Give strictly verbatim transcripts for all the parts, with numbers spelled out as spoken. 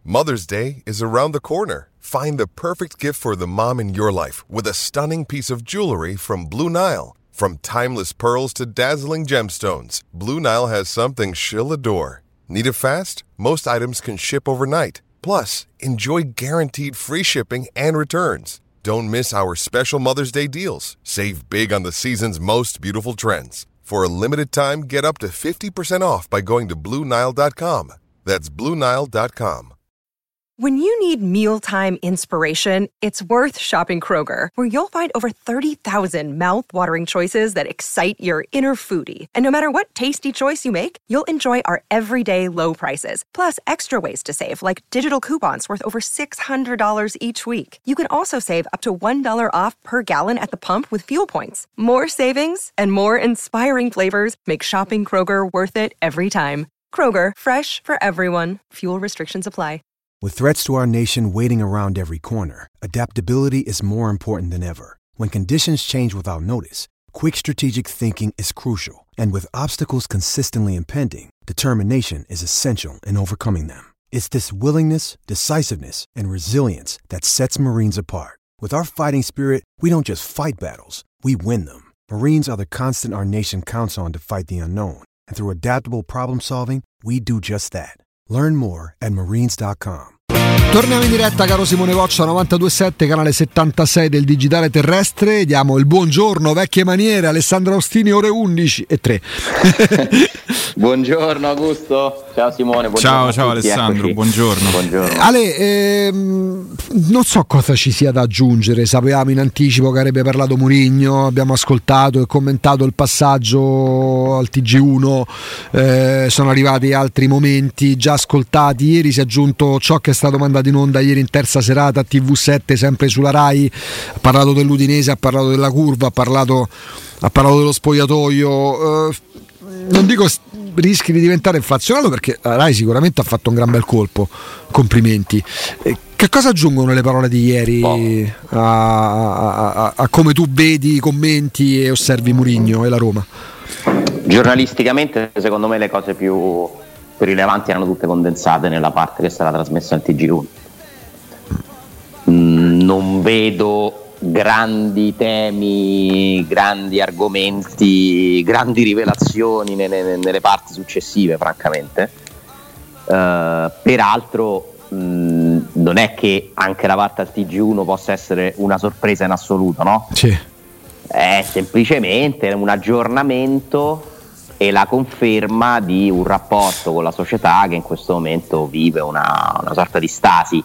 Mother's Day is around the corner. Find the perfect gift for the mom in your life with a stunning piece of jewelry from Blue Nile. From timeless pearls to dazzling gemstones, Blue Nile has something she'll adore. Need it fast? Most items can ship overnight. Plus, enjoy guaranteed free shipping and returns. Don't miss our special Mother's Day deals. Save big on the season's most beautiful trends. For a limited time, get up to fifty percent off by going to Blue Nile dot com. That's Blue Nile dot com. When you need mealtime inspiration, it's worth shopping Kroger, where you'll find over thirty thousand mouth-watering choices that excite your inner foodie. And no matter what tasty choice you make, you'll enjoy our everyday low prices, plus extra ways to save, like digital coupons worth over six hundred dollars each week. You can also save up to one dollar off per gallon at the pump with fuel points. More savings and more inspiring flavors make shopping Kroger worth it every time. Kroger, fresh for everyone. Fuel restrictions apply. With threats to our nation waiting around every corner, adaptability is more important than ever. When conditions change without notice, quick strategic thinking is crucial. And with obstacles consistently impending, determination is essential in overcoming them. It's this willingness, decisiveness, and resilience that sets Marines apart. With our fighting spirit, we don't just fight battles, we win them. Marines are the constant our nation counts on to fight the unknown. And through adaptable problem solving, we do just that. Learn more at marines dot com. Torniamo in diretta, caro Simone Voccia, novantadue sette, canale settantasei del digitale terrestre. Diamo il buongiorno, vecchie maniere, Alessandro Austini, ore undici e tre. Buongiorno Augusto, ciao Simone, buongiorno. Ciao, ciao Alessandro, buongiorno. buongiorno. Ale, ehm, non so cosa ci sia da aggiungere, sapevamo in anticipo che avrebbe parlato Mourinho, abbiamo ascoltato e commentato il passaggio al T G uno, eh, sono arrivati altri momenti già ascoltati, ieri si è aggiunto ciò che è stato mandato in onda ieri in terza serata a T V sette, sempre sulla Rai, ha parlato dell'Udinese, ha parlato della curva, ha parlato, ha parlato dello spogliatoio, eh, non dico rischi di diventare inflazionato perché la Rai sicuramente ha fatto un gran bel colpo, complimenti. Eh, che cosa aggiungono le parole di ieri a, a, a, a come tu vedi, commenti e osservi Mourinho e la Roma? Giornalisticamente secondo me le cose più, più rilevanti erano tutte condensate nella parte che sarà trasmessa al T G uno. Mm, non vedo grandi temi, grandi argomenti, grandi rivelazioni nelle, nelle parti successive, francamente. Uh, peraltro mh, non è che anche la parte al T G uno possa essere una sorpresa in assoluto, no? Sì. È semplicemente un aggiornamento e la conferma di un rapporto con la società che in questo momento vive una, una sorta di stasi.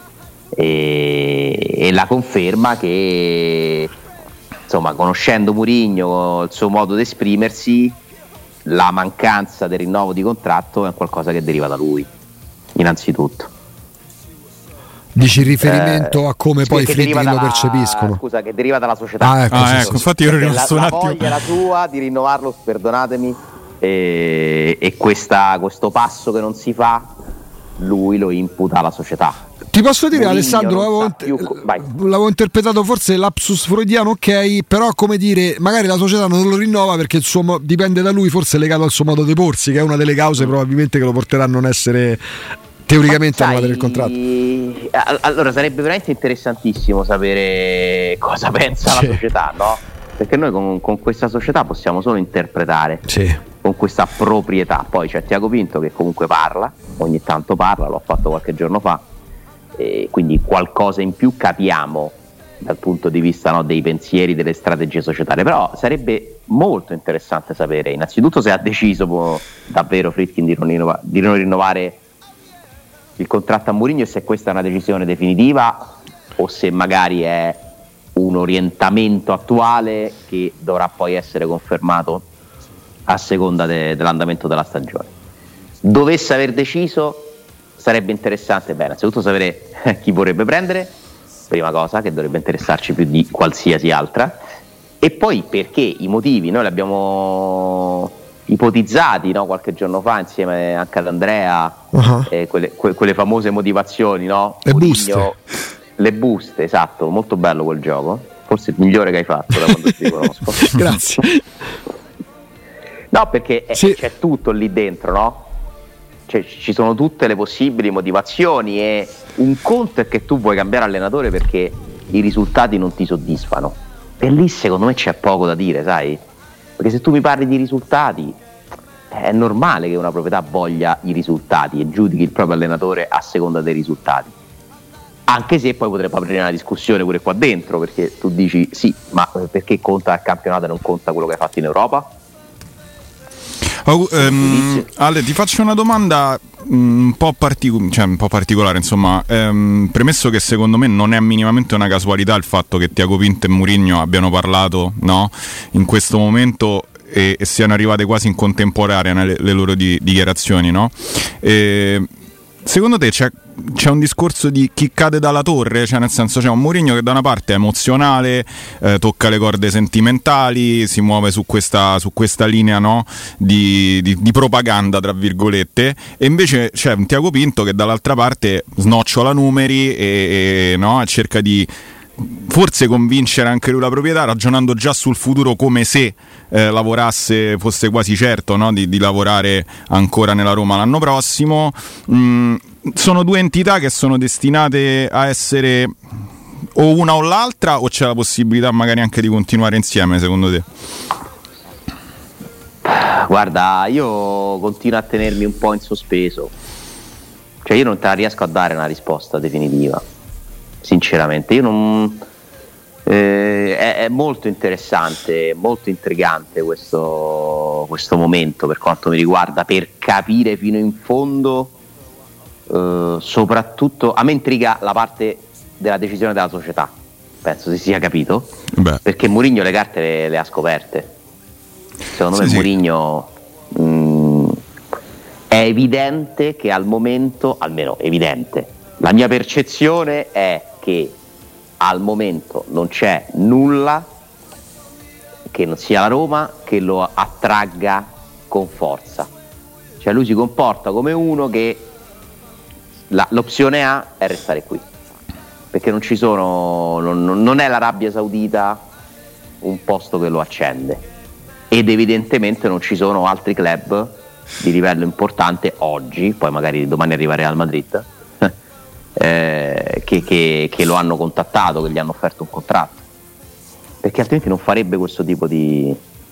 E, e la conferma che, insomma, conoscendo Mourinho, il suo modo di esprimersi, la mancanza del rinnovo di contratto è qualcosa che deriva da lui, innanzitutto. Dici in riferimento eh, a come poi i Friedkin lo percepiscono? Scusa, che deriva dalla società. Ah, ecco, ah, sì, ecco sì, infatti io ero rimasto la, un la attimo. voglia la tua di rinnovarlo, perdonatemi, e, e questa, questo passo che non si fa, lui lo imputa alla società. Ti posso dire, Mourinho Alessandro, l'avevo, più... l'avevo interpretato forse lapsus freudiano, ok, però come dire, magari la società non lo rinnova perché il suo mo- dipende da lui, forse è legato al suo modo di porsi, che è una delle cause probabilmente che lo porterà a non essere teoricamente a nuovare il contratto. Allora sarebbe veramente interessantissimo sapere cosa pensa sì. la società, no? Perché noi con, con questa società possiamo solo interpretare, sì. con questa proprietà. Poi c'è Tiago Pinto che comunque parla, ogni tanto parla, l'ho fatto qualche giorno fa, e quindi qualcosa in più capiamo dal punto di vista, no, dei pensieri, delle strategie societarie. Però sarebbe molto interessante sapere innanzitutto se ha deciso po, davvero Friedkin di non, rinnova, di non rinnovare il contratto a Mourinho e se questa è una decisione definitiva o se magari è un orientamento attuale che dovrà poi essere confermato a seconda de, dell'andamento della stagione. Dovesse aver deciso, sarebbe interessante, beh, innanzitutto sapere chi vorrebbe prendere, prima cosa che dovrebbe interessarci più di qualsiasi altra, e poi perché i motivi noi li abbiamo ipotizzati, no, qualche giorno fa insieme anche ad Andrea, uh-huh. eh, quelle, que, quelle famose motivazioni, no? Le Mourinho, buste le buste, esatto, molto bello quel gioco, forse il migliore che hai fatto da quando ti conosco. Grazie. No, perché sì. c'è tutto lì dentro, no? cioè, ci sono tutte le possibili motivazioni, e un conto è che tu vuoi cambiare allenatore perché i risultati non ti soddisfano, e lì secondo me c'è poco da dire, sai, perché se tu mi parli di risultati è normale che una proprietà voglia i risultati e giudichi il proprio allenatore a seconda dei risultati, anche se poi potrebbe aprire una discussione pure qua dentro, perché tu dici sì, ma perché conta il campionato e non conta quello che hai fatto in Europa? Oh, um, Ale, ti faccio una domanda un po', partico- cioè, un po' particolare, insomma, um, premesso che secondo me non è minimamente una casualità il fatto che Tiago Pinto e Mourinho abbiano parlato, no, in questo momento e, e siano arrivate quasi in contemporanea le, le loro di, dichiarazioni, no? E, secondo te c'è, c'è un discorso di chi cade dalla torre? Cioè, nel senso, c'è un Mourinho che da una parte è emozionale, eh, tocca le corde sentimentali, si muove su questa, su questa linea, no? di, di, di propaganda, tra virgolette, e invece c'è un Tiago Pinto che dall'altra parte snocciola numeri e, e no? cerca di forse convincere anche lui la proprietà, ragionando già sul futuro come se eh, lavorasse, fosse quasi certo, no? di, di lavorare ancora nella Roma l'anno prossimo. Mm, sono due entità che sono destinate a essere o una o l'altra, o c'è la possibilità magari anche di continuare insieme, secondo te? Guarda, io continuo a tenermi un po' in sospeso, cioè io non te la riesco a dare una risposta definitiva, sinceramente. Io non eh, è, è molto interessante, molto intrigante questo, questo momento per quanto mi riguarda, per capire fino in fondo. Uh, soprattutto a me intriga la parte della decisione della società, penso si sia capito. Beh. Perché Mourinho le carte le, le ha scoperte, secondo sì, me sì. Mourinho mh, è evidente che al momento, almeno evidente, la mia percezione è che al momento non c'è nulla che non sia la Roma che lo attragga con forza, cioè lui si comporta come uno che La, l'opzione A è restare qui, perché non ci sono, non, non è l'Arabia Saudita un posto che lo accende, ed evidentemente non ci sono altri club di livello importante oggi, poi magari domani arriva Real Madrid, eh, che, che, che lo hanno contattato, che gli hanno offerto un contratto, perché altrimenti non farebbe questo tipo di,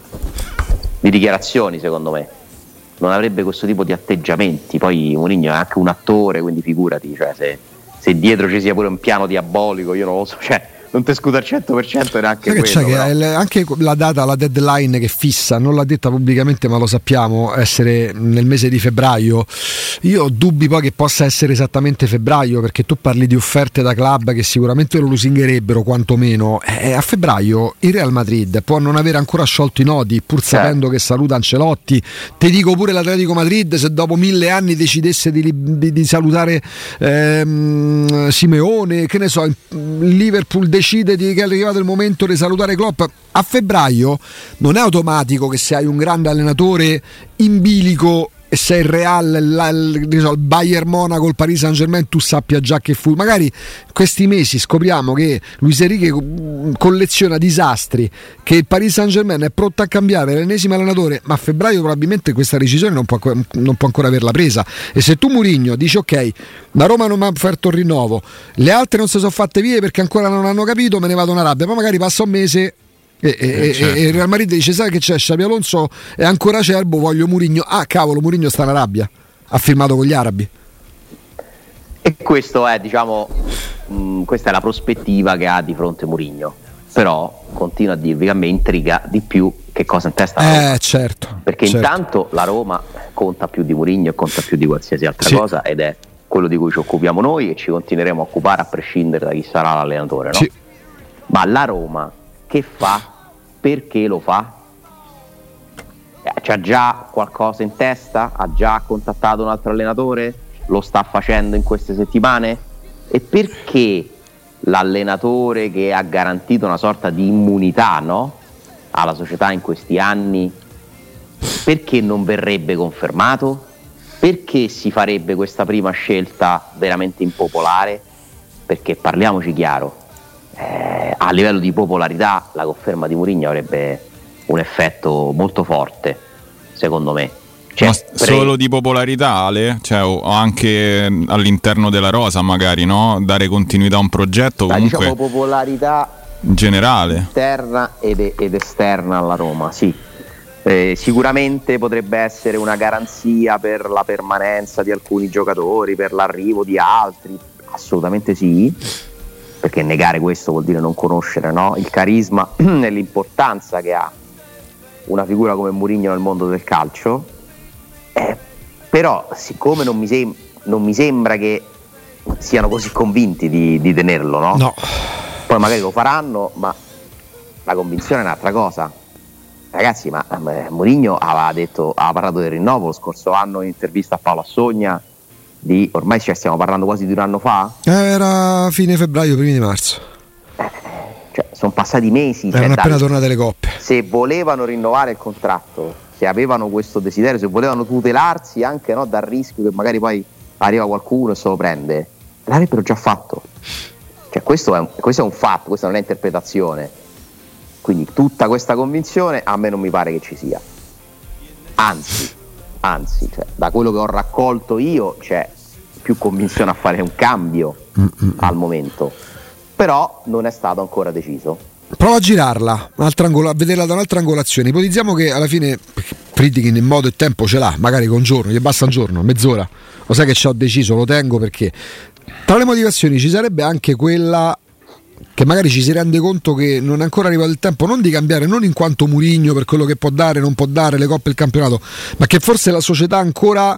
di dichiarazioni, secondo me. Non avrebbe questo tipo di atteggiamenti. Poi Mourinho è anche un attore, quindi figurati, cioè se, se dietro ci sia pure un piano diabolico, io non lo so, cioè non te scudo al cento per cento neanche quello, c'è che il, anche la data, la deadline che fissa, non l'ha detta pubblicamente ma lo sappiamo, essere nel mese di febbraio. Io ho dubbi poi che possa essere esattamente febbraio, perché tu parli di offerte da club che sicuramente lo lusingherebbero quantomeno. Eh, a febbraio il Real Madrid può non aver ancora sciolto i nodi, pur sapendo che saluta Ancelotti. Ti dico pure l'Atletico Madrid, se dopo mille anni decidesse di, di, di salutare ehm, Simeone, che ne so, il Liverpool decide di, che è arrivato il momento di salutare Klopp, a febbraio non è automatico che se hai un grande allenatore in bilico e sei il Real, la, il, il Bayern Monaco, il Paris Saint Germain, tu sappia già che fu. Magari questi mesi scopriamo che Luis Enrique colleziona disastri, che il Paris Saint Germain è pronto a cambiare l'ennesimo allenatore, ma a febbraio probabilmente questa decisione non può, non può ancora averla presa. E se tu Mourinho dici ok, la Roma non mi ha offerto il rinnovo, le altre non si sono fatte vie perché ancora non hanno capito, me ne vado in Arabia, poi magari passa un mese e, e, eh, certo. e il Real Madrid dice sai che c'è, Xabi Alonso è ancora acerbo, voglio Mourinho. Ah cavolo, Mourinho sta in Arabia, ha firmato con gli arabi. E questo è, diciamo, mh, questa è la prospettiva che ha di fronte Mourinho. Però continuo a dirvi che a me intriga di più che cosa in testa la Roma. Eh, certo, perché certo. Intanto la Roma conta più di Mourinho e conta più di qualsiasi altra sì. cosa, ed è quello di cui ci occupiamo noi e ci continueremo a occupare a prescindere da chi sarà l'allenatore, no? Sì. Ma la Roma che fa? Perché lo fa? C'ha già qualcosa in testa? Ha già contattato un altro allenatore? Lo sta facendo in queste settimane? E perché l'allenatore che ha garantito una sorta di immunità, no? alla società in questi anni, perché non verrebbe confermato? Perché si farebbe questa prima scelta veramente impopolare? Perché parliamoci chiaro, eh, a livello di popolarità la conferma di Mourinho avrebbe un effetto molto forte, secondo me, Cioè, ma pre- solo di popolarità, Ale? Cioè, o anche all'interno della rosa magari, no? Dare continuità a un progetto, Dai, comunque diciamo popolarità generale, interna ed, ed esterna alla Roma, sì. Eh, sicuramente potrebbe essere una garanzia per la permanenza di alcuni giocatori, per l'arrivo di altri, assolutamente sì, perché negare questo vuol dire non conoscere, no? Il carisma e l'importanza che ha una figura come Mourinho nel mondo del calcio. Eh, però siccome non mi, sem- non mi sembra che siano così convinti di, di tenerlo, no? No. Poi magari lo faranno, ma la convinzione è un'altra cosa. Ragazzi, ma eh, Mourinho aveva detto, aveva parlato del rinnovo lo scorso anno in intervista a Paolo Assogna di, ormai cioè, stiamo parlando quasi di un anno fa? Eh, era fine febbraio, primi di marzo. Eh, cioè, sono passati mesi. Erano cioè, appena dai, tornate le coppe. Se volevano rinnovare il contratto, se avevano questo desiderio, se volevano tutelarsi anche, no, dal rischio che magari poi arriva qualcuno e se lo prende, l'avrebbero già fatto. Cioè, questo è un, questo è un fatto, questa non è interpretazione. Quindi tutta questa convinzione a me non mi pare che ci sia. Anzi, anzi, cioè, da quello che ho raccolto io c'è più convinzione a fare un cambio Mm-mm. al momento. Però non è stato ancora deciso. Prova a girarla, angolo, a vederla da un'altra angolazione. Ipotizziamo che alla fine Friedkin in modo e tempo ce l'ha, magari con un giorno, gli basta un giorno, mezz'ora. Lo sai che ci ho deciso, lo tengo perché tra le motivazioni ci sarebbe anche quella che magari ci si rende conto che non è ancora arrivato il tempo non di cambiare, non in quanto Mourinho per quello che può dare, non può dare, le coppe e il campionato, ma che forse la società ancora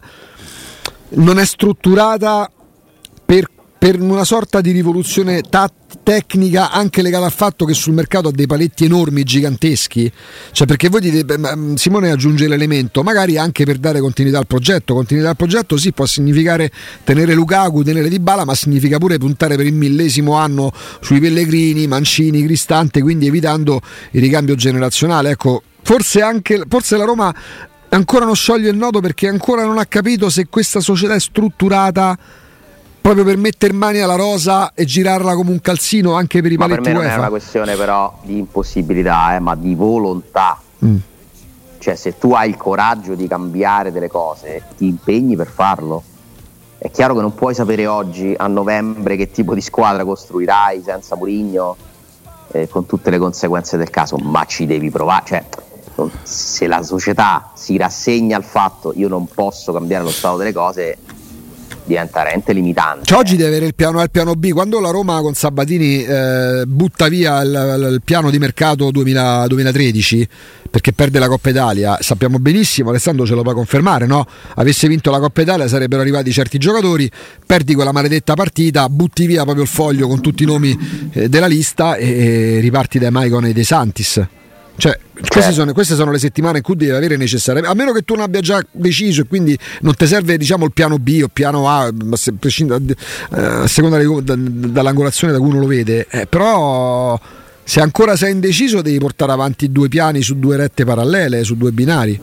non è strutturata per per una sorta di rivoluzione tat- tecnica anche legata al fatto che sul mercato ha dei paletti enormi, giganteschi. Cioè, perché voi dite, Simone aggiunge l'elemento, magari anche per dare continuità al progetto. Continuità al progetto sì, può significare tenere Lukaku, tenere Dybala, ma significa pure puntare per il millesimo anno sui Pellegrini, Mancini, Cristante, quindi evitando il ricambio generazionale. Ecco, forse anche forse la Roma ancora non scioglie il nodo perché ancora non ha capito se questa società è strutturata proprio per mettere mani alla rosa e girarla come un calzino anche per i ma paletti per me non UEFA. È una questione però di impossibilità, eh, ma di volontà. Mm. Cioè, se tu hai il coraggio di cambiare delle cose, ti impegni per farlo. È chiaro che non puoi sapere oggi a novembre che tipo di squadra costruirai senza Mourinho, eh, con tutte le conseguenze del caso, ma ci devi provare. Cioè, se la società si rassegna al fatto io non posso cambiare lo stato delle cose, diventa veramente limitante. Cioè, oggi deve avere il piano A e il piano B. Quando la Roma con Sabatini eh, butta via il, il piano di mercato duemila, duemilatredici perché perde la Coppa Italia, sappiamo benissimo, Alessandro ce lo può confermare, no? Avesse vinto la Coppa Italia sarebbero arrivati certi giocatori, perdi quella maledetta partita, butti via proprio il foglio con tutti i nomi eh, della lista e, e riparti dai Maicon e dei Santis. Cioè, queste sono, queste sono le settimane in cui devi avere necessariamente, a meno che tu non abbia già deciso e quindi non ti serve, diciamo, il piano B o piano A, ma se, eh, a seconda di, da, dall'angolazione da cui uno lo vede, eh, però se ancora sei indeciso devi portare avanti due piani su due rette parallele, su due binari.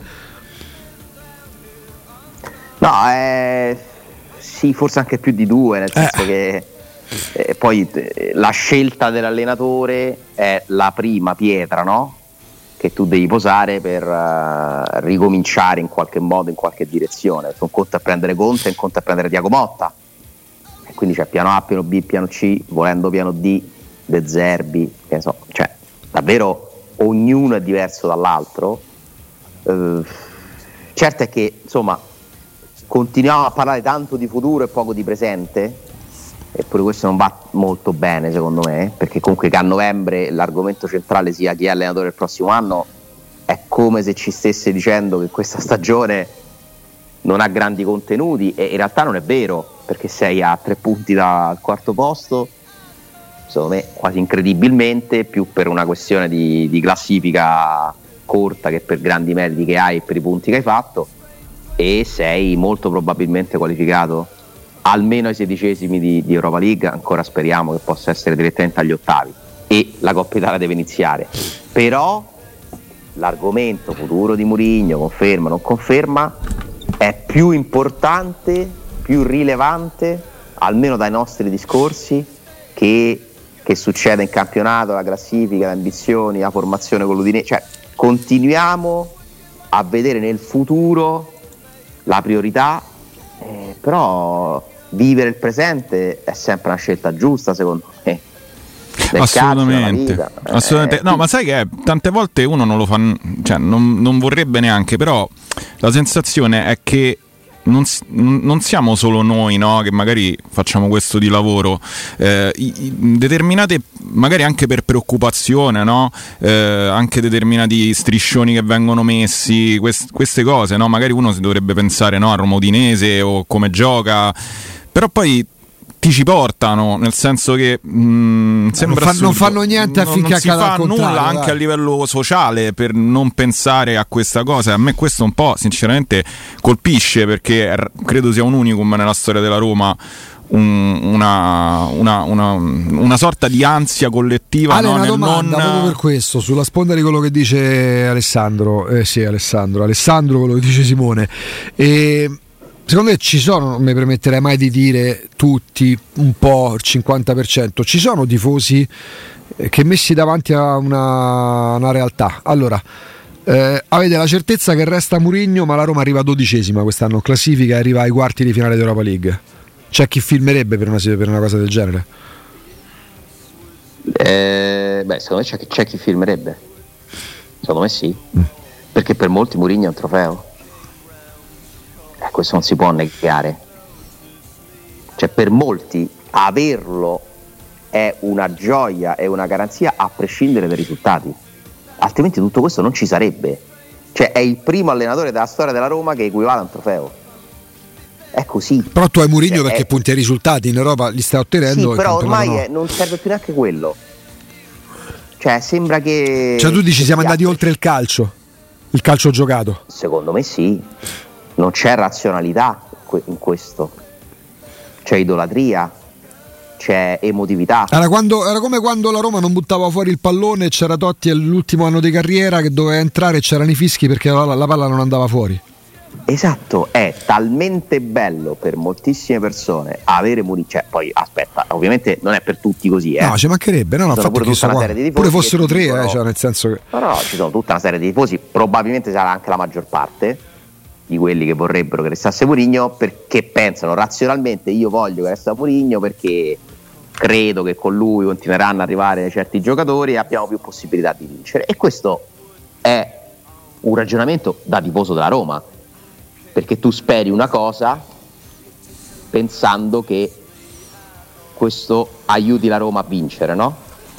No, eh, sì, forse anche più di due, nel senso eh. che eh, poi eh, la scelta dell'allenatore è la prima pietra, no? Che tu devi posare per uh, ricominciare in qualche modo, in qualche direzione. Un conto è prendere Conte e un conto è prendere Thiago Motta, e quindi c'è piano A, piano B, piano C, volendo piano D, De Zerbi, che ne so. Cioè, davvero ognuno è diverso dall'altro. Uh, certo è che, insomma, continuiamo a parlare tanto di futuro e poco di presente, eppure questo non va molto bene secondo me, perché comunque che a novembre l'argomento centrale sia chi è allenatore il prossimo anno è come se ci stesse dicendo che questa stagione non ha grandi contenuti, e in realtà non è vero, perché sei a tre punti dal quarto posto, secondo me quasi incredibilmente, più per una questione di, di classifica corta che per grandi meriti che hai e per i punti che hai fatto, e sei molto probabilmente qualificato almeno ai sedicesimi di, di Europa League. Ancora speriamo che possa essere direttamente agli ottavi, e la Coppa Italia deve iniziare. Però l'argomento futuro di Mourinho, conferma o non conferma, è più importante, più rilevante, almeno dai nostri discorsi, che che succede in campionato, la classifica, le ambizioni, la formazione con l'Udinese. Cioè, continuiamo a vedere nel futuro la priorità, eh, però vivere il presente è sempre una scelta giusta secondo me. Assolutamente, calcio, vita, assolutamente. eh, no, ma sai che tante volte uno non lo fa, cioè non, non vorrebbe neanche, però la sensazione è che non, non siamo solo noi, no, che magari facciamo questo di lavoro, eh, determinate, magari anche per preoccupazione, no, eh, anche determinati striscioni che vengono messi, quest, queste cose, no, magari uno si dovrebbe pensare, no, a Roma Udinese o come gioca, però poi ti ci portano, nel senso che mh, sembra non, fa, non fanno niente affinché non si accada fa nulla anche dai. a livello sociale per non pensare a questa cosa. A me questo un po' sinceramente colpisce, perché credo sia un unicum nella storia della Roma, un, una, una, una, una sorta di ansia collettiva. Ale, no? una Nel domanda non... proprio per questo, sulla sponda di quello che dice Alessandro, eh sì Alessandro, Alessandro quello che dice Simone, e secondo me ci sono, non mi permetterei mai di dire tutti, un po', il cinquanta per cento, ci sono tifosi che messi davanti a una, una realtà. Allora, eh, avete la certezza che resta Mourinho, ma la Roma arriva dodicesima quest'anno in classifica e arriva ai quarti di finale d'Europa League. C'è chi filmerebbe per una, per una cosa del genere? Eh, beh, secondo me c'è, c'è chi filmerebbe. Secondo me sì, mm. perché per molti Mourinho è un trofeo. Questo non si può negare, cioè per molti averlo è una gioia, è una garanzia a prescindere dai risultati, altrimenti tutto questo non ci sarebbe. Cioè è il primo allenatore della storia della Roma che equivale a un trofeo, è così. Però tu hai Mourinho, cioè, perché è... punti ai risultati, in Europa li stai ottenendo. Sì, però ormai no. è, non serve più neanche quello, cioè sembra che, cioè tu dici che siamo andati oltre il calcio, il calcio giocato. Secondo me sì. Non c'è razionalità in questo, c'è idolatria, c'è emotività. Era, quando, era come quando la Roma non buttava fuori il pallone e c'era Totti all'ultimo anno di carriera che doveva entrare e c'erano i fischi perché la, la palla non andava fuori. Esatto, è talmente bello per moltissime persone avere Mourinho, cioè poi aspetta, ovviamente non è per tutti così, eh. No, ci mancherebbe, no, no, infatti pure tutta una serie di tifosi, pure fossero tre, dicono, eh, cioè nel senso che però ci sono tutta una serie di tifosi, probabilmente sarà anche la maggior parte di quelli che vorrebbero che restasse Mourinho, perché pensano razionalmente io voglio che resta Mourinho perché credo che con lui continueranno ad arrivare certi giocatori e abbiamo più possibilità di vincere, e questo è un ragionamento da tifoso della Roma, perché tu speri una cosa pensando che questo aiuti la Roma a vincere, no?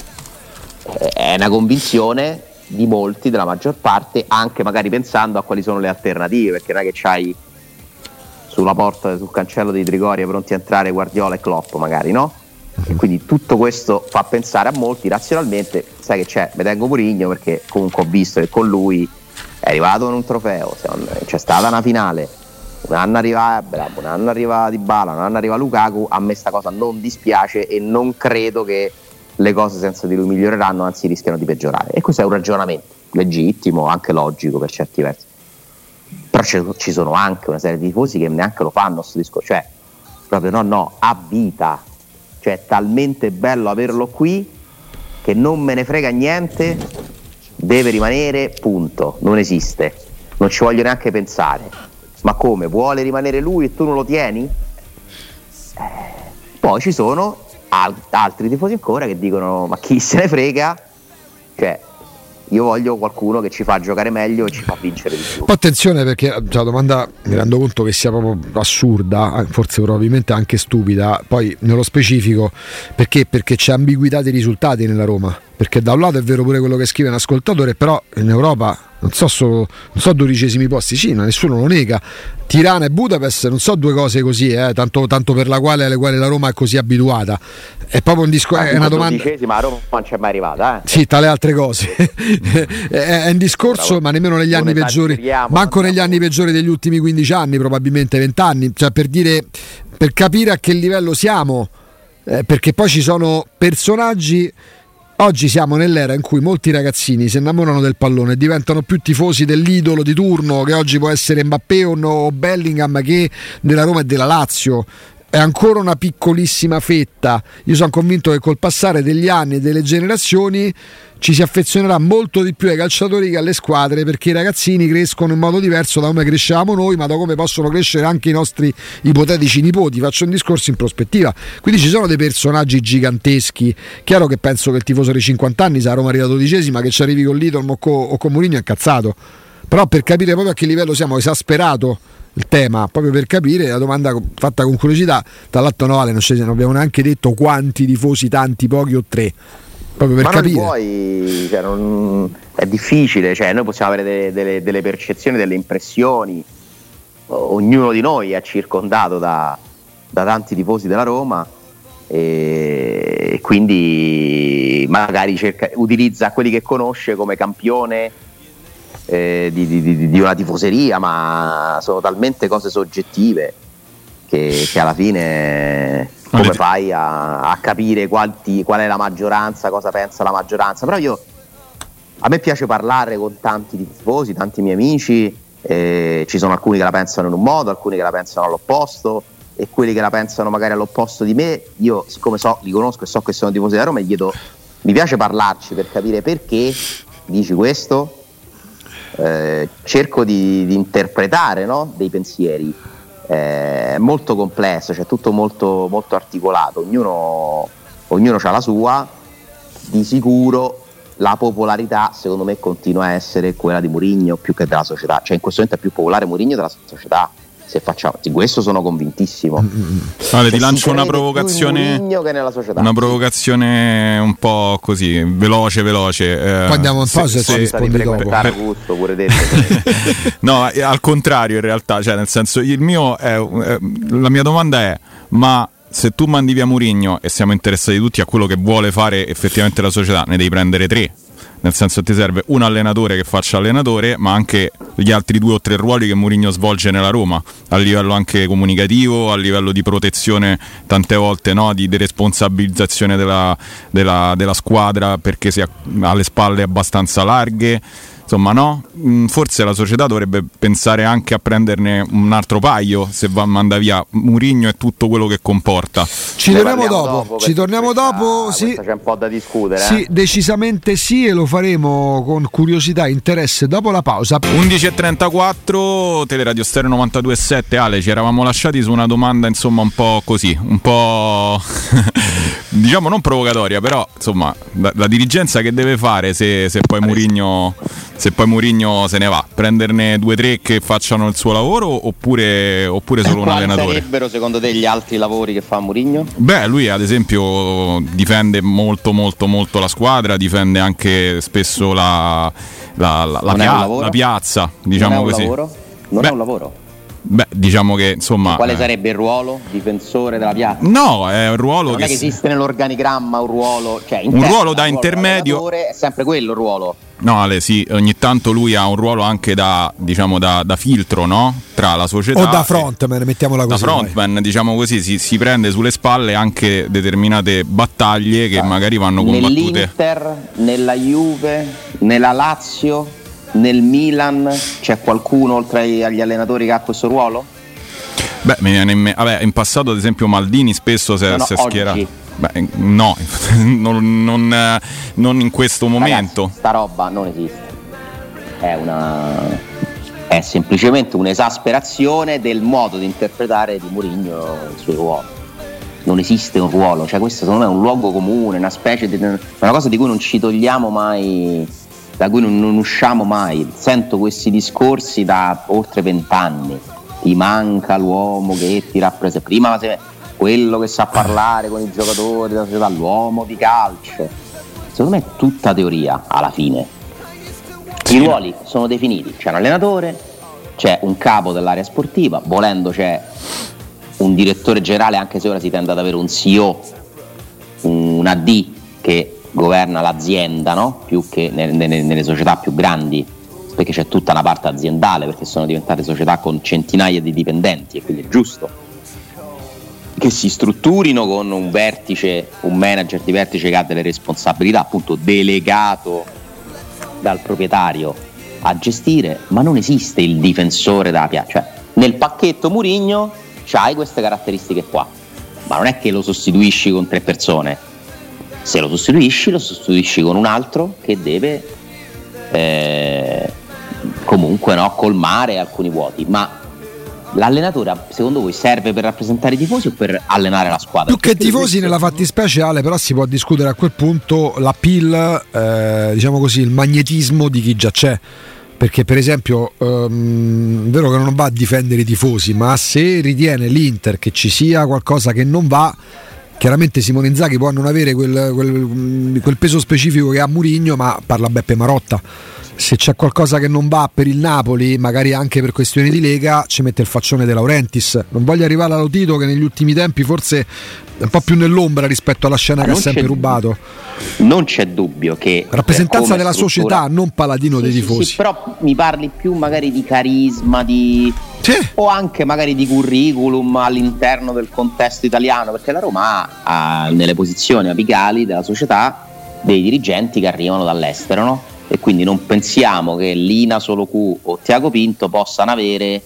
È una convinzione di molti, della maggior parte, anche magari pensando a quali sono le alternative, perché non è che c'hai sulla porta, sul cancello di Trigoria pronti a entrare Guardiola e Klopp magari, no? E quindi tutto questo fa pensare a molti razionalmente, sai che c'è, mi tengo Mourinho perché comunque ho visto che con lui è arrivato con un trofeo, c'è stata una finale, un anno arriva bravo, un anno arriva Dybala, un anno arriva Lukaku, a me sta cosa non dispiace e non credo che le cose senza di lui miglioreranno, anzi rischiano di peggiorare, e questo è un ragionamento legittimo, anche logico per certi versi, però ci sono anche una serie di tifosi che neanche lo fanno sto discorso, cioè proprio no no a vita, cioè è talmente bello averlo qui che non me ne frega niente, deve rimanere, punto, non esiste, non ci voglio neanche pensare. Ma come, vuole rimanere lui e tu non lo tieni? Eh, poi ci sono altri tifosi ancora che dicono ma chi se ne frega, cioè io voglio qualcuno che ci fa giocare meglio e ci fa vincere di più. Poi attenzione, perché la domanda mi rendo conto che sia proprio assurda, forse probabilmente anche stupida, poi nello specifico perché perché c'è ambiguità dei risultati nella Roma, perché da un lato è vero pure quello che scrive un ascoltatore, però in Europa non so solo non so dodicesimi posti, sì, ma nessuno lo nega. Tirana e Budapest non so due cose così, eh, tanto, tanto per la quale alle quali la Roma è così abituata. È proprio un discorso, è una domanda. Ma a Roma non c'è mai arrivata, eh. Sì, tra le altre cose. è, è un discorso, ma nemmeno negli anni peggiori, manco negli anni peggiori degli ultimi quindici anni, probabilmente venti anni, cioè per dire, per capire a che livello siamo, eh, perché poi ci sono personaggi. Oggi siamo nell'era in cui molti ragazzini si innamorano del pallone e diventano più tifosi dell'idolo di turno, che oggi può essere Mbappé o Bellingham, che della Roma e della Lazio. è ancora una piccolissima fetta. Io sono convinto che col passare degli anni e delle generazioni ci si affezionerà molto di più ai calciatori che alle squadre, perché i ragazzini crescono in modo diverso da come crescevamo noi, ma da come possono crescere anche i nostri ipotetici nipoti. Faccio un discorso in prospettiva, quindi ci sono dei personaggi giganteschi. Chiaro che penso che il tifoso dei cinquanta anni, se a Roma arriva dodicesima, che ci arrivi con Lidl o con, o con Mourinho è incazzato, però per capire proprio a che livello siamo, esasperato il tema, proprio per capire, la domanda fatta con curiosità. Tra l'altro no, Ale, non, non abbiamo neanche detto quanti tifosi, tanti, pochi o tre, proprio per ma capire. Non puoi, cioè, non, è difficile, cioè, noi possiamo avere delle, delle, delle percezioni, delle impressioni, ognuno di noi è circondato da, da tanti tifosi della Roma e quindi magari cerca, utilizza quelli che conosce come campione eh, di, di, di una tifoseria, ma sono talmente cose soggettive che, che alla fine come fai a, a capire quanti, qual è la maggioranza, cosa pensa la maggioranza. Però io, a me piace parlare con tanti tifosi, tanti miei amici, eh, ci sono alcuni che la pensano in un modo, alcuni che la pensano all'opposto, e quelli che la pensano magari all'opposto di me, io siccome so, li conosco e so che sono tifosi della Roma, gli chiedo, mi piace parlarci per capire perché dici questo, eh, cerco di, di interpretare, no, dei pensieri. È molto complesso, cioè tutto molto, molto articolato, ognuno, ognuno ha la sua. Di sicuro la popolarità secondo me continua a essere quella di Mourinho più che della società, cioè in questo momento è più popolare Mourinho della società, se facciamo, di questo sono convintissimo. Vale, ti lancio una provocazione, una provocazione un po' così veloce veloce. Eh, Poi andiamo un po' se, se, se rispondi dopo. Per gusto, pure detto. No, al contrario in realtà, cioè nel senso, il mio è, eh, la mia domanda è: ma se tu mandi via Mourinho e siamo interessati tutti a quello che vuole fare effettivamente la società, ne devi prendere tre. Nel senso, ti serve un allenatore che faccia allenatore, ma anche gli altri due o tre ruoli che Mourinho svolge nella Roma, a livello anche comunicativo, a livello di protezione tante volte, no, di deresponsabilizzazione della, della, della squadra perché si ha, ha le spalle abbastanza larghe. Insomma, no? Forse la società dovrebbe pensare anche a prenderne un altro paio se va manda via Mourinho e tutto quello che comporta. Ci torniamo dopo, dopo ci torniamo questa, dopo sì. C'è un po' da discutere. Sì, eh? decisamente sì, e lo faremo con curiosità e interesse dopo la pausa. undici e trentaquattro, Teleradio Stereo novantadue e sette. Ale, ci eravamo lasciati su una domanda insomma un po' così, un po' diciamo non provocatoria, però insomma la, la dirigenza che deve fare se, se poi Mourinho se poi Mourinho se ne va, prenderne due o tre che facciano il suo lavoro oppure, oppure solo un allenatore? Quali sarebbero secondo te gli altri lavori che fa Mourinho? Beh, lui ad esempio difende molto molto molto la squadra, difende anche spesso la, la, la, la, pia- la piazza, diciamo non è un così. Lavoro? Non Beh, è un lavoro? Beh, diciamo che insomma. Quale eh, sarebbe il ruolo? Difensore della piazza? No, è un ruolo non che. Non è che esiste nell'organigramma un ruolo, cioè un interno, ruolo da un ruolo intermedio. È sempre quello il ruolo. No, Ale, sì, ogni tanto lui ha un ruolo anche da, diciamo, da, da filtro, no? Tra la società. O da frontman, e, mettiamola così. Da frontman, vai. Diciamo così, si, si prende sulle spalle anche determinate battaglie che ah. magari vanno combattute. Nell'Inter, nella Juve, nella Lazio, nel Milan c'è qualcuno oltre agli allenatori che ha questo ruolo? Beh, mi viene in me- vabbè, in passato ad esempio Maldini spesso si è no, no, schierato. Beh, no, non, non, non in questo momento. Ragazzi, sta roba non esiste. È una è semplicemente un'esasperazione del modo di interpretare di Mourinho il suo ruolo. Non esiste un ruolo, cioè questo non è un luogo comune, una specie di una cosa di cui non ci togliamo mai, da cui non, non usciamo mai. Sento questi discorsi da oltre vent'anni. Ti manca l'uomo che ti rappresenta. Prima quello che sa parlare con i giocatori della società, l'uomo di calcio. Secondo me è tutta teoria alla fine. I ruoli sono definiti, c'è un allenatore, c'è un capo dell'area sportiva, volendo c'è un direttore generale, anche se ora si tende ad avere un C E O, un A D che governa l'azienda, no? Più che nelle, nelle società più grandi, perché c'è tutta una parte aziendale, perché sono diventate società con centinaia di dipendenti e quindi è giusto che si strutturino con un vertice, un manager di vertice che ha delle responsabilità, appunto delegato dal proprietario a gestire, ma non esiste il difensore della piazza. Cioè, nel pacchetto Mourinho c'hai queste caratteristiche qua, ma non è che lo sostituisci con tre persone. Se lo sostituisci, lo sostituisci con un altro che deve eh, comunque no, colmare alcuni vuoti. Ma l'allenatore secondo voi serve per rappresentare i tifosi o per allenare la squadra? Più che tifosi nella fattispecie, Ale, però si può discutere a quel punto l'appeal, eh, diciamo così, il magnetismo di chi già c'è. Perché per esempio ehm, è vero che non va a difendere i tifosi, ma se ritiene l'Inter che ci sia qualcosa che non va, chiaramente Simone Inzaghi può non avere quel, quel, quel peso specifico che ha Mourinho, ma parla Beppe Marotta. Se c'è qualcosa che non va per il Napoli, magari anche per questioni di Lega, ci mette il faccione De Laurentiis. Non voglio arrivare a Lotito, che negli ultimi tempi forse è un po' più nell'ombra rispetto alla scena ma che ha sempre rubato. Non c'è dubbio che rappresentanza della struttura... società, non paladino sì, dei tifosi. Sì, sì, però mi parli più magari di carisma, di sì. o anche magari di curriculum all'interno del contesto italiano, perché la Roma ha, ha nelle posizioni apicali della società dei dirigenti che arrivano dall'estero, no? E quindi non pensiamo che Lina Solocu o Tiago Pinto possano avere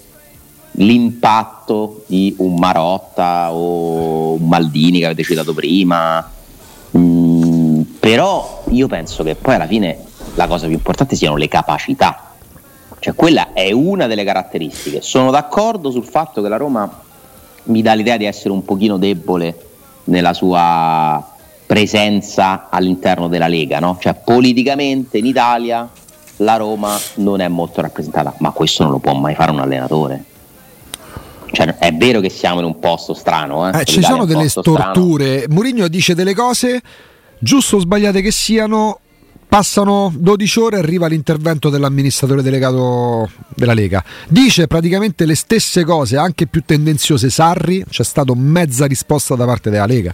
l'impatto di un Marotta o un Maldini che avete citato prima. Mm, però io penso che poi alla fine la cosa più importante siano le capacità, cioè quella è una delle caratteristiche. Sono d'accordo sul fatto che la Roma mi dà l'idea di essere un pochino debole nella sua presenza all'interno della Lega, no? Cioè politicamente in Italia la Roma non è molto rappresentata, ma questo non lo può mai fare un allenatore. Cioè, è vero che siamo in un posto strano, eh? Eh, ci sono delle storture. Mourinho dice delle cose, giusto o sbagliate che siano, passano dodici ore e arriva l'intervento dell'amministratore delegato della Lega. Dice praticamente le stesse cose, anche più tendenziose Sarri, c'è stata mezza risposta da parte della Lega.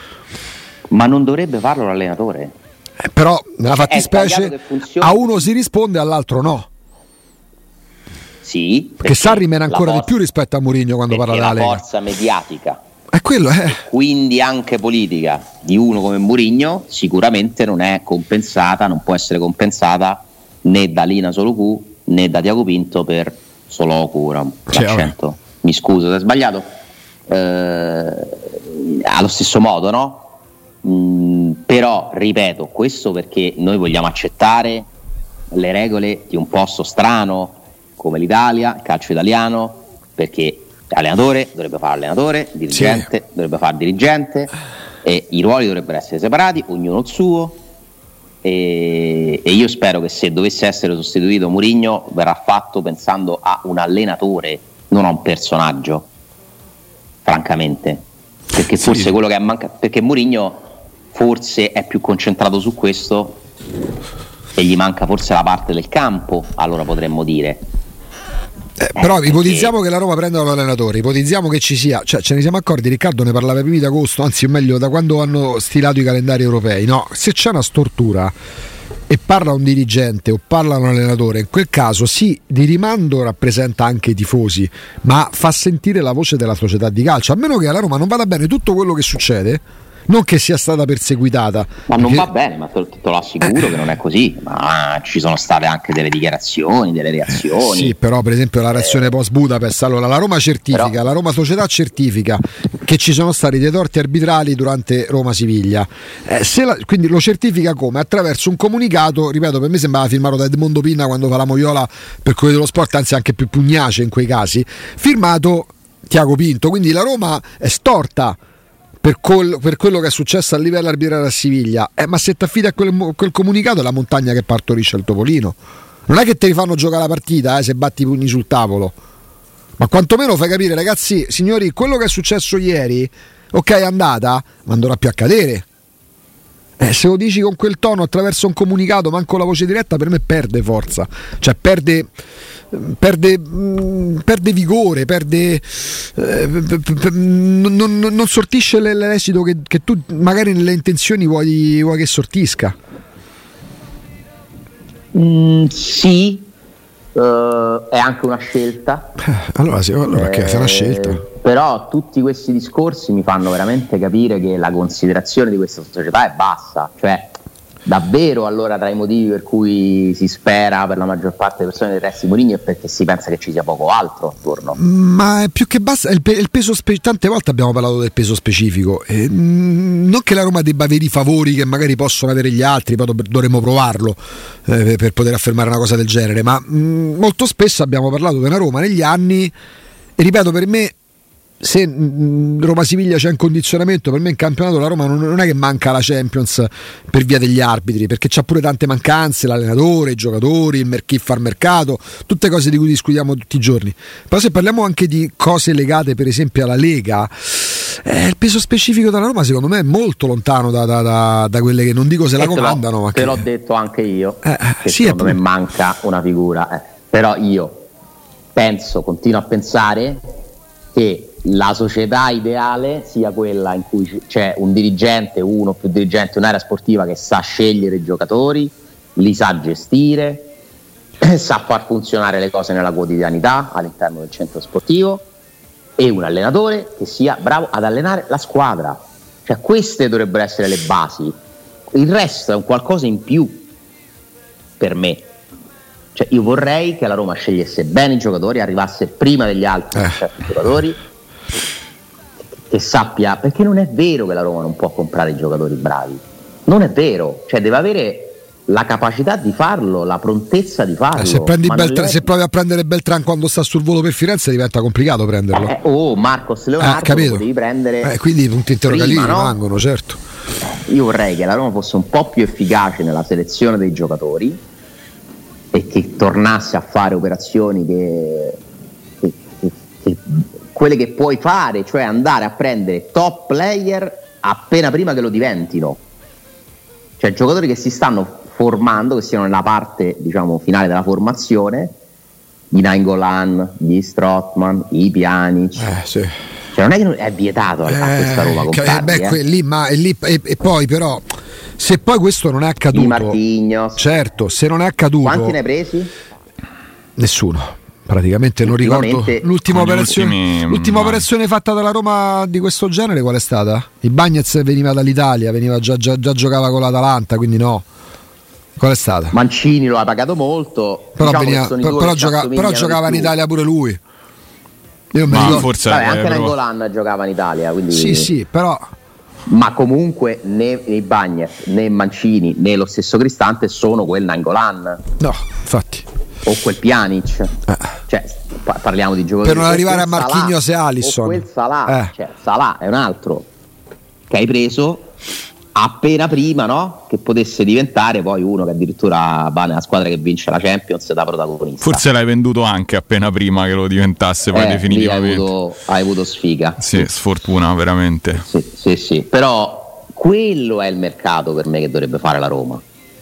Ma non dovrebbe farlo l'allenatore? Eh, però nella fattispecie a uno si risponde, all'altro no. Sì, perché, perché Sarri mena ancora forza, di più rispetto a Mourinho quando parla della Lega. La forza mediatica è quello, eh. quindi anche politica di uno come Mourinho sicuramente non è compensata, non può essere compensata né da Lina Solocu né da Tiago Pinto per Solocu. L'accento, cioè, mi scuso se ho sbagliato. Eh, allo stesso modo, no? Mm, però ripeto, questo perché noi vogliamo accettare le regole di un posto strano come l'Italia, il calcio italiano, perché allenatore dovrebbe fare allenatore, dirigente sì. dovrebbe fare dirigente, e i ruoli dovrebbero essere separati, ognuno il suo, e, e io spero che se dovesse essere sostituito Mourinho verrà fatto pensando a un allenatore, non a un personaggio, francamente, perché forse sì. quello che è mancato, perché Mourinho forse è più concentrato su questo e gli manca forse la parte del campo, allora potremmo dire. Eh, però eh, ipotizziamo perché... che la Roma prenda un allenatore, ipotizziamo che ci sia, cioè ce ne siamo accorti, Riccardo ne parlava prima di agosto, anzi o meglio da quando hanno stilato i calendari europei, no? Se c'è una stortura e parla un dirigente o parla un allenatore, in quel caso sì, di rimando rappresenta anche i tifosi, ma fa sentire la voce della società di calcio, a meno che alla Roma non vada bene tutto quello che succede, non che sia stata perseguitata, ma non perché... va bene, ma te, te lo assicuro eh. che non è così, ma ci sono state anche delle dichiarazioni, delle reazioni. Sì, però per esempio la reazione eh. post Budapest, allora la Roma certifica, però... la Roma società certifica che ci sono stati dei torti arbitrali durante Roma-Siviglia, eh, se la, quindi lo certifica come? Attraverso un comunicato, ripeto, per me sembrava firmato da Edmondo Pinna quando fa la Moviola per quello dello sport, anzi anche più pugnace in quei casi, firmato Tiago Pinto, quindi la Roma è storta Per, col, per quello che è successo a livello arbitrale a Siviglia, eh, ma se ti affidi a quel, quel comunicato è la montagna che partorisce il topolino, non è che te li fanno giocare la partita eh, se batti i pugni sul tavolo, ma quantomeno fai capire, ragazzi, signori, quello che è successo ieri, ok, è andata, ma non dovrà più accadere. Eh, se lo dici con quel tono attraverso un comunicato, manco la voce diretta, per me perde forza, cioè perde perde, mh, perde vigore, perde eh, p- p- p- non, non, non sortisce l'esito che, che tu magari nelle intenzioni vuoi, vuoi che sortisca. Mm, sì, uh, è anche una scelta. Allora sì, allora eh, che è una scelta. Però tutti questi discorsi mi fanno veramente capire che la considerazione di questa società è bassa, cioè davvero allora tra i motivi per cui si spera per la maggior parte delle persone del resto di Mourinho è perché si pensa che ci sia poco altro attorno. Ma è più che basta il, pe- il peso spe- tante volte abbiamo parlato del peso specifico, eh, mh, non che la Roma debba avere i favori che magari possono avere gli altri, poi do- dovremmo provarlo eh, per poter affermare una cosa del genere, ma mh, molto spesso abbiamo parlato di una Roma negli anni, e ripeto, per me se Roma-Siviglia c'è un condizionamento, per me in campionato la Roma non è che manca la Champions per via degli arbitri, perché c'ha pure tante mancanze, l'allenatore, i giocatori, il chi fa il mercato, tutte cose di cui discutiamo tutti i giorni. Però se parliamo anche di cose legate per esempio alla Lega, eh, il peso specifico della Roma secondo me è molto lontano da, da, da, da quelle che non dico se la comandano, ma te che... l'ho detto anche io, eh, che sì, secondo è... me manca una figura, eh. Però io penso, continuo a pensare che la società ideale sia quella in cui c'è un dirigente, uno o più dirigenti, un'area sportiva che sa scegliere i giocatori, li sa gestire, sa far funzionare le cose nella quotidianità all'interno del centro sportivo, e un allenatore che sia bravo ad allenare la squadra. Cioè queste dovrebbero essere le basi, il resto è un qualcosa in più per me. Cioè io vorrei che la Roma scegliesse bene i giocatori, arrivasse prima degli altri eh. certi giocatori, che sappia, perché non è vero che la Roma non può comprare i giocatori bravi, non è vero, cioè deve avere la capacità di farlo, la prontezza di farlo. Eh, se, prendi Beltran, è... se provi a prendere Beltran quando sta sul volo per Firenze diventa complicato prenderlo. Eh, oh, Marcos Leonardo eh, lo devi prendere. Eh, quindi i punti interrogativi prima, no? rimangono, certo. Io vorrei che la Roma fosse un po' più efficace nella selezione dei giocatori e che tornasse a fare operazioni che, che, che, che quelle che puoi fare, cioè andare a prendere top player appena prima che lo diventino, cioè giocatori che si stanno formando, che siano nella parte diciamo finale della formazione, i Nainggolan, gli Strootman, i Pjanic, eh, sì. Cioè non è che non è vietato a eh, questa Roma comprarli, beh, eh. que- lì, ma, e, lì, e, e poi però se poi questo non è accaduto, Di Marquinhos, certo, se non è accaduto, quanti ne hai presi? Nessuno. Praticamente non ricordo l'ultima operazione, l'ultima operazione fatta dalla Roma di questo genere qual è stata? Il Bagnez veniva dall'Italia, veniva già, già, già giocava con l'Atalanta, quindi no. Qual è stata? Mancini lo ha pagato molto, però, diciamo veniva, però, però, gioca, però giocava in Italia pure lui. Io ma mi forse Vabbè, anche Nainggolan giocava in Italia, quindi... Sì, sì, però ma comunque né i Bagnez né Mancini né lo stesso Cristante sono quel Nainggolan. No, infatti. O quel Pjanic, eh. Cioè pa- parliamo di giocatori per non arrivare a Marquinhos e Alisson, o quel Salah, eh. cioè Salah è un altro che hai preso appena prima, no? Che potesse diventare poi uno che addirittura va nella squadra che vince la Champions da protagonista. Forse l'hai venduto anche appena prima che lo diventasse poi eh, definitivamente. Hai avuto, hai avuto sfiga. Sì, sfortuna veramente. Sì, sì, sì. Però quello è il mercato per me che dovrebbe fare la Roma.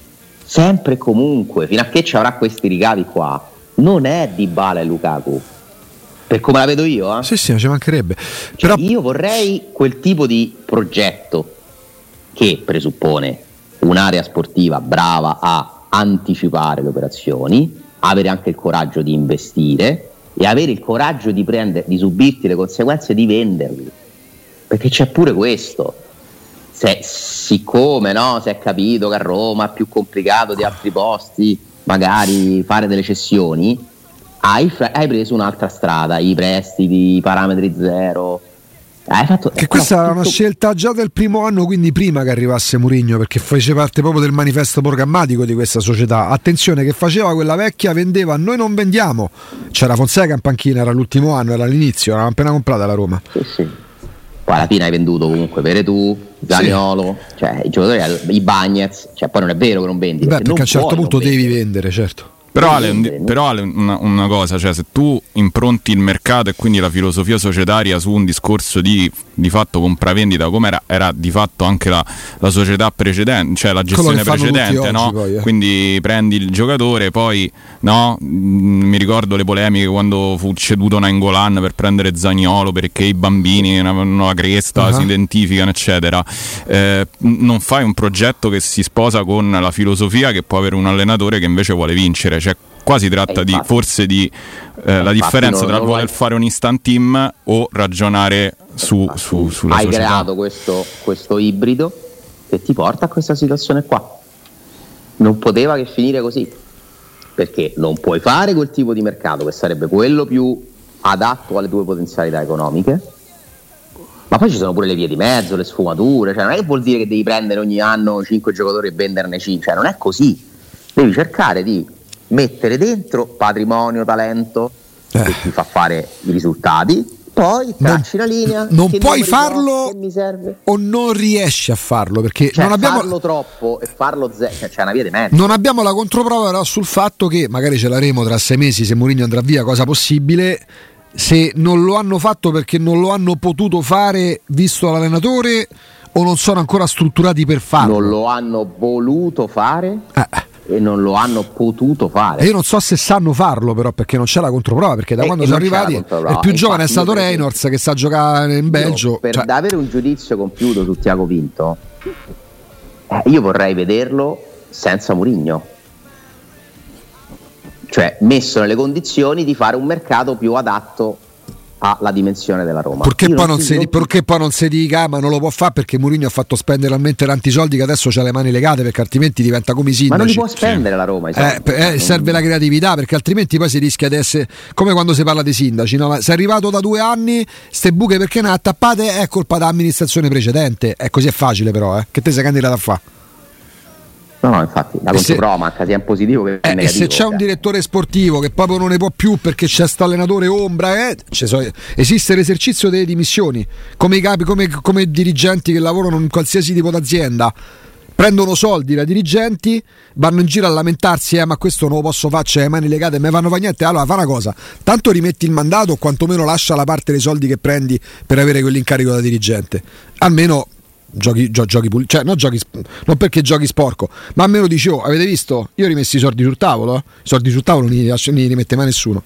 Sempre e comunque, fino a che ci avrà questi ricavi qua, non è Dybala e Lukaku, per come la vedo io, eh? Sì, sì, ci mancherebbe. Cioè, però io vorrei quel tipo di progetto che presuppone un'area sportiva brava a anticipare le operazioni, avere anche il coraggio di investire e avere il coraggio di prendere, di subirti le conseguenze di venderli, perché c'è pure questo. Se, siccome no, si è capito che a Roma è più complicato di altri posti magari fare delle cessioni, hai, hai preso un'altra strada, i prestiti, i parametri zero. Hai fatto, che questa no, era una scelta già del primo anno, quindi prima che arrivasse Mourinho, perché faceva parte proprio del manifesto programmatico di questa società. Attenzione, che faceva quella vecchia, vendeva, noi non vendiamo. C'era Fonseca in panchina, era l'ultimo anno, era l'inizio, era appena comprata la Roma. Sì, sì. Poi alla fine hai venduto comunque Veretù, Zaniolo, sì. Cioè i giocatori, i Bagnez, cioè poi non è vero che non vendi. Beh, perché, perché a un certo punto devi vendere. vendere, certo. Però Ale, però Ale una, una cosa, cioè se tu impronti il mercato e quindi la filosofia societaria su un discorso di, di fatto compravendita, come era, era di fatto anche la, la società precedente, cioè la gestione precedente, no? Oggi, poi, eh. Quindi prendi il giocatore, poi no, mh, mi ricordo le polemiche quando fu ceduto Nainggolan per prendere Zaniolo perché i bambini hanno la cresta, uh-huh. si identificano eccetera. Eh, non fai un progetto che si sposa con la filosofia che può avere un allenatore che invece vuole vincere. Cioè, qua si tratta infatti, di forse di eh, la differenza non, tra il voler fare un instant team o ragionare su, su, sulla hai società. Hai creato questo, questo ibrido che ti porta a questa situazione qua. non poteva che finire così, perché non puoi fare quel tipo di mercato che sarebbe quello più adatto alle tue potenzialità economiche, ma poi ci sono pure le vie di mezzo, le sfumature, cioè non è che vuol dire che devi prendere ogni anno cinque giocatori e venderne cinque, cioè non è così, devi cercare di mettere dentro patrimonio, talento eh. che ti fa fare i risultati, poi tracci la linea, non che puoi farlo che mi serve. O non riesci a farlo, perché cioè, non abbiamo farlo troppo e farlo zero, cioè c'è una via di mezzo. Non abbiamo la controprova però sul fatto che magari ce l'avremo tra sei mesi se Mourinho andrà via, cosa possibile, se non lo hanno fatto perché non lo hanno potuto fare visto l'allenatore o non sono ancora strutturati per farlo. Non lo hanno voluto fare eh. e non lo hanno potuto fare. E io non so se sanno farlo però, perché non c'è la controprova, perché da e, quando e sono arrivati il più giovane è stato Reynolds che sa giocare in Belgio. Per cioè... avere un giudizio compiuto su Tiago Pinto, eh, io vorrei vederlo senza Mourinho, cioè messo nelle condizioni di fare un mercato più adatto alla dimensione della Roma. Perché poi, non non si, perché poi non si dica ma non lo può fare perché Mourinho ha fatto spendere talmente tanti soldi che adesso c'ha le mani legate, perché altrimenti diventa come i sindaci. Ma non li può spendere sì. la Roma, eh, eh, serve la creatività, perché altrimenti poi si rischia di essere come quando si parla dei sindaci, no? Sei arrivato da due anni, ste buche perché ne ha tappate, è colpa dell'amministrazione precedente. È così, è facile però, eh? Che te sei candidato a fare. No, no, infatti la controprova manca sia in positivo che in eh, negativo. E se c'è cioè. un direttore sportivo che proprio non ne può più perché c'è sto allenatore ombra, eh, so, esiste l'esercizio delle dimissioni, come i capi, come, come dirigenti che lavorano in qualsiasi tipo d'azienda, prendono soldi da dirigenti, vanno in giro a lamentarsi, eh, ma questo non lo posso fare, c'è le mani legate, me vanno fa niente. Allora fa una cosa, tanto rimetti il mandato o quantomeno lascia la parte dei soldi che prendi per avere quell'incarico da dirigente, almeno Giochi, gio, giochi pul- cioè non giochi non perché giochi sporco, ma almeno dici oh, avete visto? Io ho rimesso i soldi sul tavolo, eh? I soldi sul tavolo non li, non li rimette mai nessuno.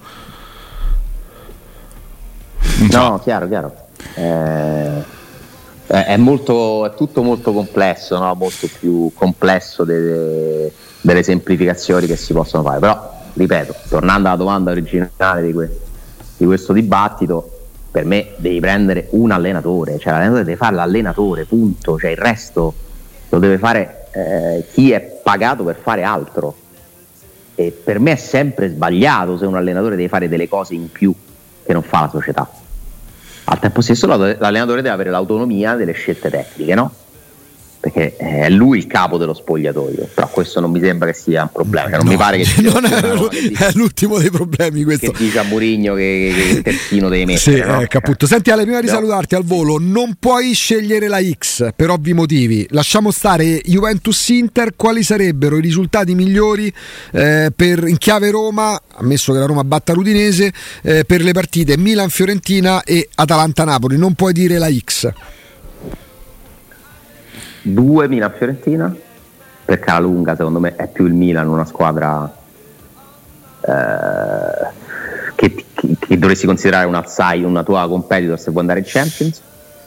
No, chiaro, chiaro. Eh, è molto, è tutto molto complesso, no? Molto più complesso delle, delle semplificazioni che si possono fare. Però, ripeto, tornando alla domanda originale di, que- di questo dibattito, per me devi prendere un allenatore, cioè l'allenatore deve fare l'allenatore, punto, cioè il resto lo deve fare eh, chi è pagato per fare altro, e per me è sempre sbagliato se un allenatore deve fare delle cose in più che non fa la società. Al tempo stesso l'allenatore deve avere l'autonomia delle scelte tecniche, no? Perché è lui il capo dello spogliatoio, però questo non mi sembra che sia un problema, cioè non no, mi pare che sia non è, no, che dice, è l'ultimo dei problemi questo. Che dice a Mourinho che, che il terzino deve mettere, sì, no? ecco, appunto. Senti Ale, prima di no. salutarti al volo, non puoi scegliere la X per ovvi motivi, lasciamo stare Juventus-Inter, quali sarebbero i risultati migliori eh, per in chiave Roma, ammesso che la Roma batta l'Udinese, eh, per le partite Milan-Fiorentina e Atalanta-Napoli? Non puoi dire la X. Due Milan-Fiorentina, perché alla lunga secondo me è più il Milan una squadra eh, che, che, che dovresti considerare un outside, una tua competitor se vuoi andare in Champions,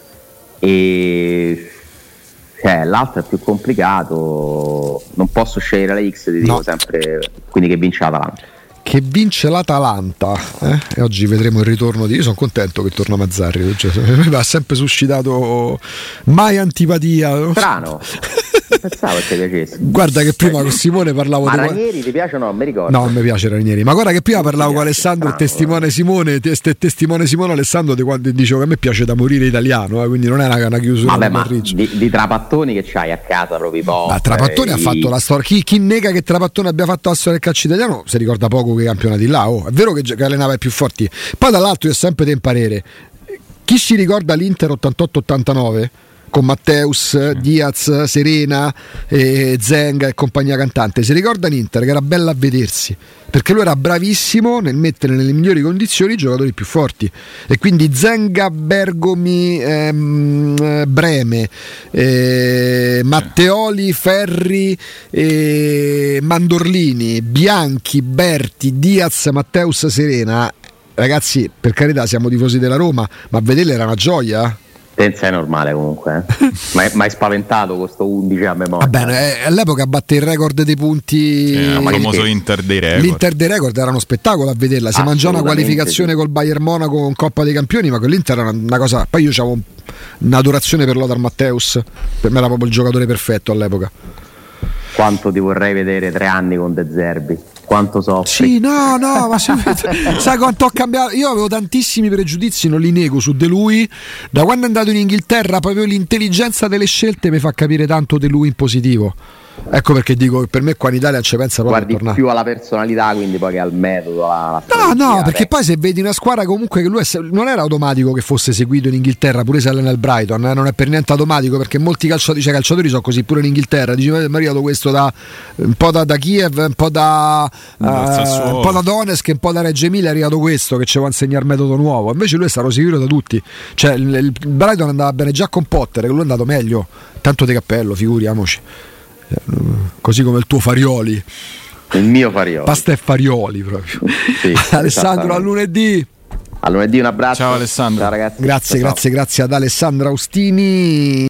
e cioè, l'altro è più complicato, non posso scegliere la X, ti dico no. sempre, quindi che vince l'Atalanta. Che vince l'Atalanta, eh? E oggi vedremo il ritorno di. Io sono contento che torna Mazzarri, cioè, mi ha sempre suscitato mai antipatia. Strano. Pensavo che ti piacesse. Guarda che prima con Simone parlavo ma di. Ranieri ti piace o no? Non mi ricordo. No, non mi piace Ranieri. Ma guarda che prima parlavo con Alessandro, il testimone Simone, te, testimone Simone Alessandro, di quando dicevo che a me piace da morire italiano, eh, quindi non è una, una chiusura. Vabbè, ma di, di Trapattoni che c'hai a casa proprio poco. Ma Trapattoni eh, ha fatto la storia. Chi, chi nega che Trapattoni abbia fatto la storia del calcio italiano si ricorda poco quei campionati là. Oh, è vero che, che allenava i più forti. Poi dall'altro io ho sempre del parere. Chi si ricorda l'Inter ottantotto ottantanove? Con Matteus, Diaz, Serena, eh, Zenga e compagnia cantante, si ricorda l'Inter che era bella a vedersi, perché lui era bravissimo nel mettere nelle migliori condizioni i giocatori più forti, e quindi Zenga, Bergomi, ehm, Breme, eh, Matteoli, Ferri, eh, Mandorlini, Bianchi, Berti, Diaz, Matteus, Serena. Ragazzi, per carità, siamo tifosi della Roma, ma a vederla era una gioia. Tenza è normale comunque, eh? ma è spaventato questo undici a memoria. Va bene, eh, all'epoca batte il record dei punti, sì, il famoso Inter dei record. L'Inter dei record era uno spettacolo a vederla, si mangiò una qualificazione sì. col Bayern Monaco con Coppa dei Campioni, ma quell'Inter era una cosa. Poi io avevo un'adorazione per Lothar Matthäus, per me era proprio il giocatore perfetto all'epoca. quanto ti vorrei vedere tre anni con De Zerbi, quanto soffri. Sì, no, no, ma sai quanto ho cambiato? Io avevo tantissimi pregiudizi, non li nego, su De lui. Da quando è andato in Inghilterra, proprio l'intelligenza delle scelte mi fa capire tanto De lui in positivo. Ecco perché dico che per me qua in Italia non ci pensa proprio. Guardi a tornare più alla personalità, quindi poi che al metodo, alla no no perché poi se vedi una squadra comunque che lui è, non era automatico che fosse seguito in Inghilterra, pure se allena il Brighton, eh, non è per niente automatico, perché molti calciatori, cioè, calciatori sono così pure in Inghilterra. Dice, mi è arrivato questo da un po' da, da Kiev, un po' da uh, un po' da Donetsk, un po' da Reggio Emilia, è arrivato questo che ci va a insegnare metodo nuovo. Invece lui è stato seguito da tutti, cioè il, il Brighton andava bene già con Potter, che lui è andato meglio, tanto di cappello, figuriamoci. Così come il tuo Farioli, il mio Farioli, pasta e Farioli proprio. Sì, Alessandro, a lunedì. A lunedì, un abbraccio. Ciao Alessandro. Ciao ragazzi. Grazie, ciao, grazie, ciao. grazie ad Alessandro Austini.